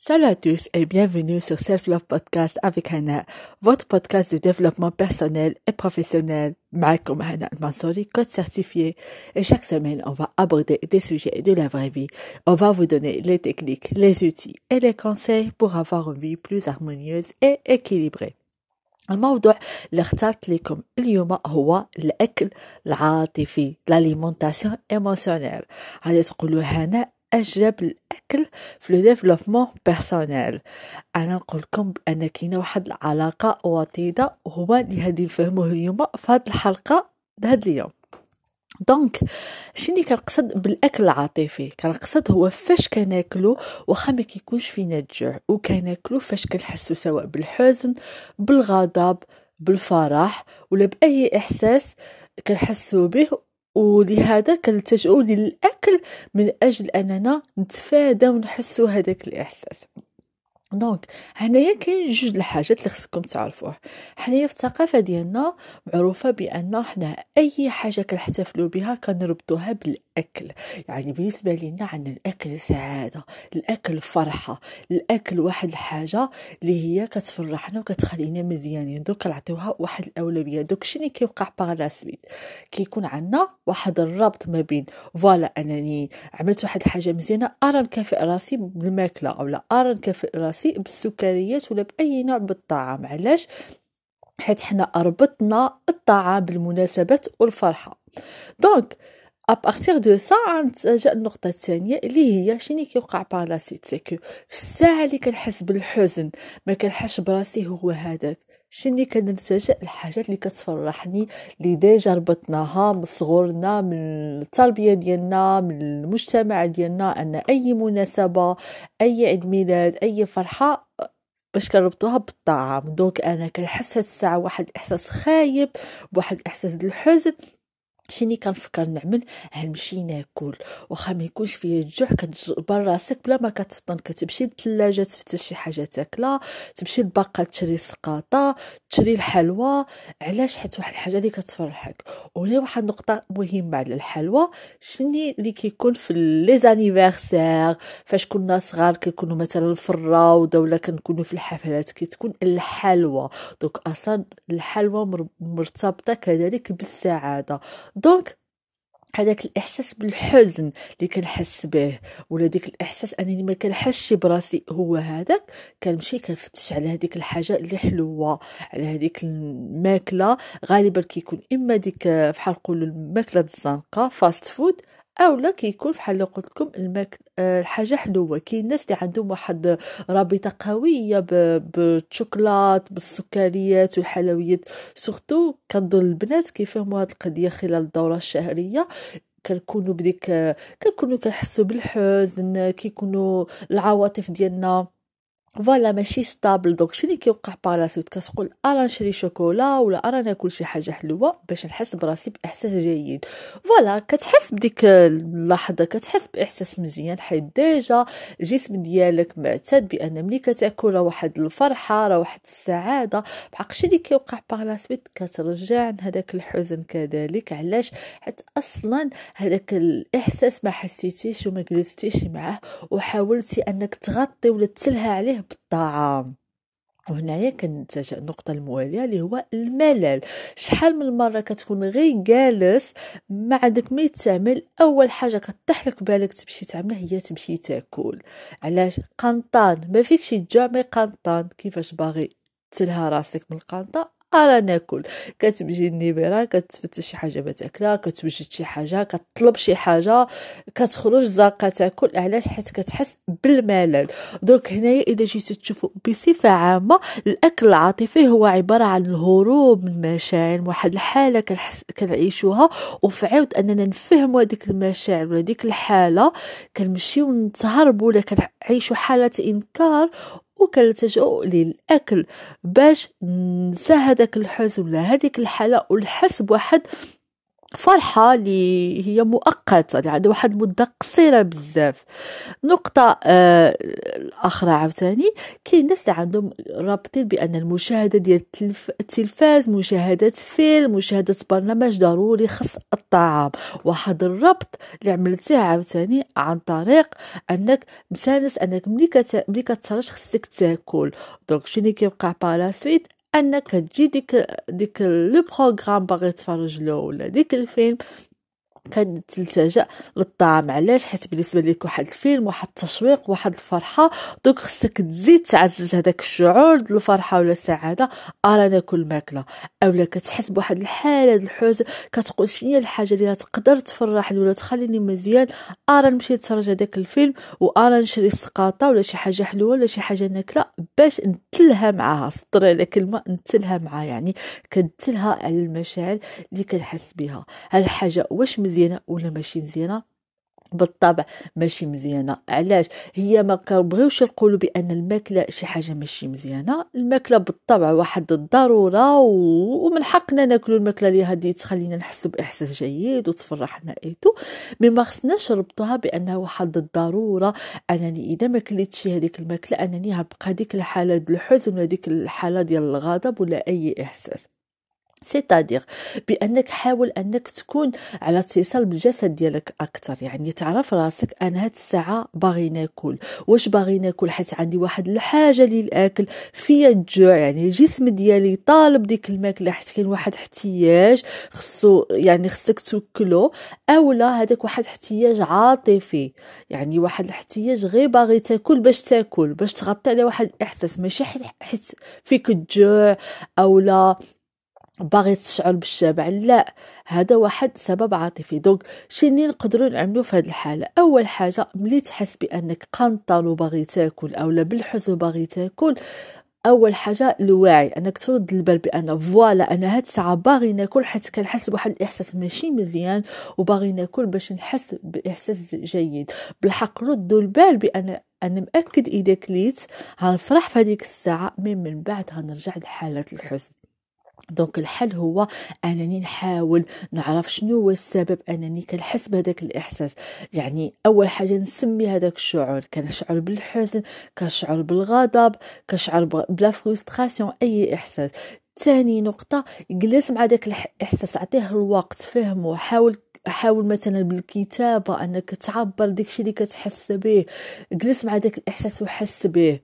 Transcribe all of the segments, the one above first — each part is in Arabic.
Salut à tous et bienvenue sur Self Love Podcast avec Hana, votre podcast de développement personnel et professionnel. معكم Hana Al-Mansouri, coach certifié. Et chaque semaine, on va aborder des sujets de la vraie vie. On va vous donner les techniques, les outils et les conseils pour avoir une vie plus harmonieuse et équilibrée. الموضوع اللي اخترت لكم اليوم هو الأكل العاطفي، l'alimentation émotionnelle. هذا تقولوا هنا أجلب الأكل في لو ديفلوبمون بيرسونيل. أنا نقول لكم بأن كاينة واحد العلاقة وطيدة وهو اللي غادي نفهموه اليوم في هذه الحلقة هذا اليوم. دونك شنو كنقصد بالاكل العاطفي؟ كنقصد هو فاش كناكلو واخا ما كيكونش فينا الجوع، وكناكلو فاش كنحسو سواء بالحزن، بالغضب، بالفرح ولا باي احساس كنحسو به، ولهذا كنلتجئوا للاكل من اجل اننا نتفادى ونحسو هذاك الاحساس. دونك هنايا كاين جوج الحاجات اللي خصكم تعرفوه. حنايا في الثقافه ديالنا معروفه بان حنا اي حاجه كنحتفلوا بها كنربطوها بالاكل. يعني بالنسبه لينا عندنا الاكل سعاده، الاكل فرحه، الاكل واحد الحاجه اللي هي كتفرحنا وكتخلينا مزيانين. دوك كنعطيوها واحد الاولويه. دوك شنو كيوقع باغ لا سويت؟ كيكون عندنا واحد الربط ما بين فوالا انني عملت واحد الحاجه مزيانه، ارى نكافئ راسي بالماكله اولا ارى نكافئ راسي بالسكريات ولا باي نوع بالطعام. علاش؟ حيت حنا ربطنا الطعام بالمناسبات والفرحه. دونك ابارتيغ دو سا نتجا النقطه الثانيه اللي هي شنو كيوقع باغ لا سيت، سيكو في الساعه اللي كنحس بالحزن ما كنحش براسي هو هذاك، شنو كنلتجئ الحاجات اللي كتفرحني اللي ديجا ربطناها من صغرنا، من التربيه ديالنا، من المجتمع ديالنا، ان اي مناسبه، اي عيد ميلاد، اي فرحه باش كنربطوها بالطعام. دونك انا كنحس هاد الساعه واحد الاحساس خايب، بواحد الاحساس ديال الحزن، شني كنفكر نعمل؟ نمشي ناكل واخا ما يكونش فيا الجوع. كتجبر راسك بلا ما كتفطن، كتمشي للثلاجه تفتش شي حاجه تاكلها، تمشي للباقه تشري السقاطه، تشري الحلوى. علاش؟ حيت واحد الحاجه اللي كتفرحك. وهنا واحد النقطه مهمه على الحلوى، شني اللي كيكون في لي زانيفرسير فاش كنا صغار، كنكونوا مثلا في الروضه ولا كنكونوا في الحفلات كتكون الحلوى. دوك اصلا الحلوى مرتبطه كذلك بالسعاده. دونك هذاك الاحساس بالحزن اللي كنحس به ولا ديك الاحساس انني ما كنحسش براسي هو هذاك، كنمشي كنفتش على هذيك الحاجه اللي حلوه، على هذيك الماكله. غالبا كيكون اما ديك بحال نقولوا الماكله الزنقه فاست فود، اولا كيكون بحال اللي قلت لكم الحاجه حلوه. كاين الناس اللي عندهم واحد رابطه قويه بالشوكولات، بالسكريات والحلويات. سورتو كنظن البنات كيفهموا هذه القضيه خلال الدوره الشهريه. كنكونوا كنحسوا بالحزن، كيكونوا العواطف ديالنا فوالا ماشي ستابل. دونك شنو كيوقع باغ لا سويت؟ كتقول ارا نشري شوكولا ولا ارا ناكل شي حاجه حلوه باش نحس براسي باحساس جيد. فوالا كتحس بديك اللحظه، كتحس باحساس مزيان، حيت ديجا الجسم ديالك معتاد بان ملي كتاكل راه واحد الفرحه، راه واحد السعاده. بحق شنو كيوقع باغ لا سويت؟ كترجع هذاك الحزن كذلك. علاش؟ حيت اصلا هذاك الاحساس ما حسيتيش وما جلستيش معاه وحاولتي انك تغطي ولا تلهى عليه بالطعام. وهنايا كنتجه النقطة الموالية اللي هو الملل. شحال من مرة كتكون غير جالس ما عندك ما يتعمل، اول حاجة كطيح لك بالك تمشي تعملها هي تمشي تاكل. علاش؟ قنطان، ما فيكش تجوع مي قنطان. كيفاش باغي تلهى راسك من القنطة؟ ارا ناكل. كتمشي النيبيرا كتفتش شي حاجه ما تاكلها، كتوجد شي حاجه، كتطلب شي حاجه، كتخرج زاقه تاكل. علاش؟ حيت كتحس بالملل. دونك هنايا اذا جيتو تشوفوا بصفه عامه، الاكل العاطفي هو عباره عن الهروب من مشاعر، واحد الحاله كنعيشوها، وفي عوض اننا نفهموا هذيك المشاعر ولا ديك الحاله كنمشيو نتهربوا ولا كنعيشوا حاله انكار وكنلتجئوا للاكل باش ننسى هذاك الحزن ولا هذيك الحاله ونحس بواحد فرحة اللي هي مؤقتة، اللي عندها واحد المدة قصيرة بزاف. نقطة الأخرى عاوتاني، كاين ناس اللي عندهم رابطين بأن المشاهدة ديال التلفاز، مشاهدة فيلم، مشاهدة برنامج ضروري خص الطعام. واحد الربط اللي عملتيه عاوتاني عن طريق أنك مسانس أنك ملي كتفرج خصك تاكل. دونك شنو كيوقع باغ سويت، انك تجي ديك لو بروغرام باغي تفرج له ولا ديك الفيلم كتلتجأ للطعام. علاش؟ حيت بالنسبه ليك واحد الفيلم، واحد التشويق، واحد الفرحه، دوك خصك تزيد تعزز هذاك الشعور ديال الفرحه ولا السعاده. ارا ناكل ماكله، اولا كتحس بواحد الحاله ديال الحزن، كتقول شنو هي الحاجه اللي تقدر تفرحني ولا تخليني مزيان. ارا نمشي نتفرج هذاك الفيلم، وارا نشري السقاطه ولا شي حاجه حلوه ولا شي حاجه ناكله باش نتلها معاها. سطر على كلمه نتلها معاها، يعني كنتلها على المشاعر اللي كنحس بها. هاد الحاجه واش مزيانه ولا ماشي مزيانه؟ بالطبع ماشي مزيانه. علاش؟ هي ما كنبغيوش نقولوا بان الماكله شي حاجه ماشي مزيانه. الماكله بالطبع واحد الضروره، ومن حقنا ناكلوا الماكله اللي هذه تخلينا نحسوا باحساس جيد وتفرحنا ايتو. مي ما خصناش نربطوها بانها واحد الضروره، انني اذا ما كليتش هذيك الماكله انني غنبقى ديك الحاله ديال الحزن ولا ديك الحاله ديال الغضب ولا اي احساس. سيتادير بانك حاول انك تكون على اتصال بالجسد ديالك اكثر، يعني تعرف راسك انا هاد الساعه باغي ناكل. واش باغي ناكل حيت عندي واحد الحاجه للاكل، فيا الجوع، يعني الجسم ديالي طالب ديك الماكله حيت كاين واحد احتياج خصو، يعني خصك توكلو، اولا هذاك واحد احتياج عاطفي، يعني واحد الاحتياج غير باغي تاكل باش تاكل، باش تغطي على واحد الاحساس، ماشي حيت فيك الجوع اولا باغي تشعر بالشبع، لا، هذا واحد سبب عاطفي. دونك شنو نقدروا نعملوا في هذه الحاله؟ اول حاجه ملي تحس بانك قنطر وباغي تاكل اولا بالحزن وباغي تاكل، اول حاجه الوعي، انك ترد البال بان فوالا انا هاد الساعه باغي ناكل حيت كنحس بواحد الاحساس ماشي مزيان وباغي ناكل باش نحس باحساس جيد. بالحق ردوا البال بان انا مأكد اذا كليت غنفرح في هذيك الساعه، من بعد غنرجع لحاله الحزن. دونك الحل هو انني نحاول نعرف شنو هو السبب انني كنحس بهذاك الاحساس. يعني اول حاجه نسمي هذاك الشعور، كنشعر بالحزن، كنشعر بالغضب، كنشعر بلا فرستراسيون، اي احساس. ثاني نقطه، جلس مع داك الاحساس، عطيه الوقت، فهمه، حاول مثلا بالكتابه انك تعبر داكشي اللي كتحس به. جلس مع داك الاحساس وحس به.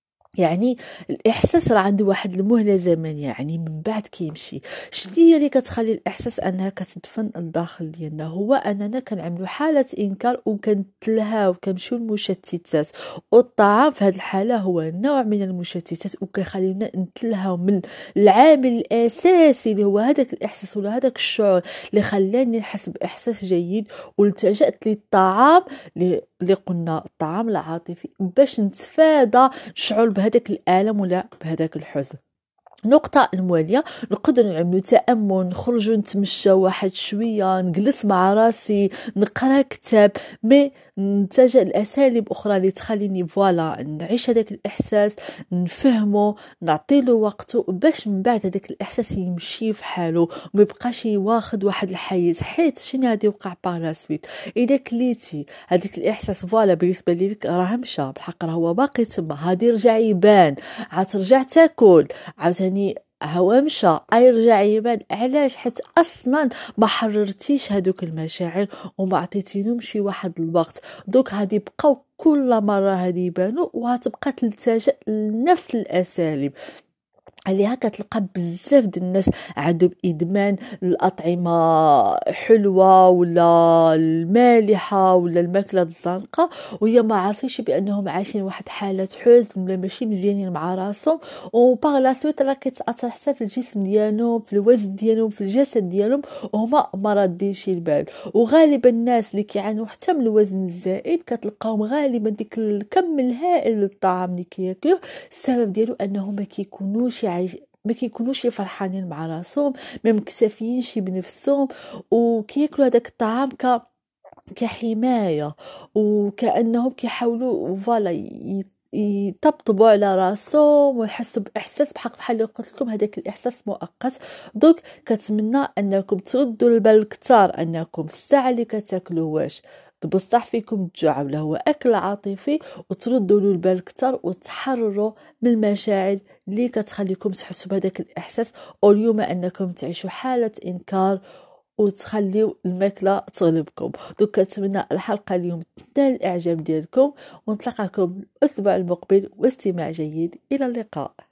يعني الاحساس راه عنده واحد المهله زمنيه، يعني من بعد كيمشي. شنو هي اللي كتخلي الاحساس انها كتدفن الداخل ديالنا؟ هو اننا كنعملوا حاله انكار وكنتلهاو، كنمشيو المشتتات، والطعام في هذه الحاله هو نوع من المشتتات وكيخلينا نتلهاو من العامل الاساسي اللي هو هذاك الاحساس ولا هذاك الشعور اللي خلاني نحس باحساس جيد، والتجأت للطعام اللي قلنا الطعام العاطفي باش نتفادى نشعر بهذاك الالم ولا بهذاك الحزن. نقطة الموالية، نقدر نعملو تأمل، نخرجو نتمشى واحد شوية، نجلس مع راسي، نقرا كتاب، مي نتجه لأساليب أخرى اللي تخليني فوالا نعيش هذاك الإحساس، نفهمو، نعطيلو وقتو باش من بعد هذاك الإحساس يمشي في حالو وما يبقاش واخد واحد الحيز. حيت شنو غادي يوقع باغ لا سويت؟ إذا كليتي هذاك الإحساس فوالا بالنسبة ليك راه مشى بالحق، راه هو باقي تما، غادي يرجع يبان، عترجع تاكل، عاوتاني هو مشى يرجع يبان. علاش؟ حيت اصلا ما حررتيش هذوك المشاعر وما عطيتينهم شي واحد الوقت. دوك غادي يبقاو كل مره هادي يبانوا وهتبقى تلتجأ لنفس الاساليب. عليها كتلقى بزاف د الناس عندهم ادمان الاطعمه حلوه ولا المالحه ولا الماكله الزنقه، وهي ما عارفينش بانهم عايشين واحد حاله حزن ولا ماشي مزيانين مع راسهم، وباغ لا سويت راه كتاثر حتى في الجسم ديالهم، في الوزن ديالهم، في الجسد ديالهم، وهما ما رادينش البال. وغالبا الناس اللي كيعانوا حتى من الوزن الزائد كتلقاهم غالبا ديك الكم الهائل للطعام اللي كياكلوه السبب ديالو انهم ما كيكونوش فرحانين مع راسهم، ما مكتفيينش بنفسهم، وكياكلوا هذاك الطعام كحمايه، وكانهم كيحاولوا فوالا يطبطبوا على راسهم ويحسوا باحساس بحال اللي قلت لكم هذاك الاحساس مؤقت. دوك كتمنى انكم تردوا البال كثار انكم الساعه اللي كتاكلوا واش بصح فيكم الجوع ولا هو اكل عاطفي، وتردوا له البال كثر وتحرروا من المشاعر اللي كتخليكم تحسوا بهذاك الاحساس، او اليوم انكم تعيشوا حاله انكار وتخليو الماكله تغلبكم. دوك كنتمنى الحلقه اليوم تنال الاعجاب ديالكم، ونتلاقاكم الاسبوع المقبل واستماع جيد. الى اللقاء.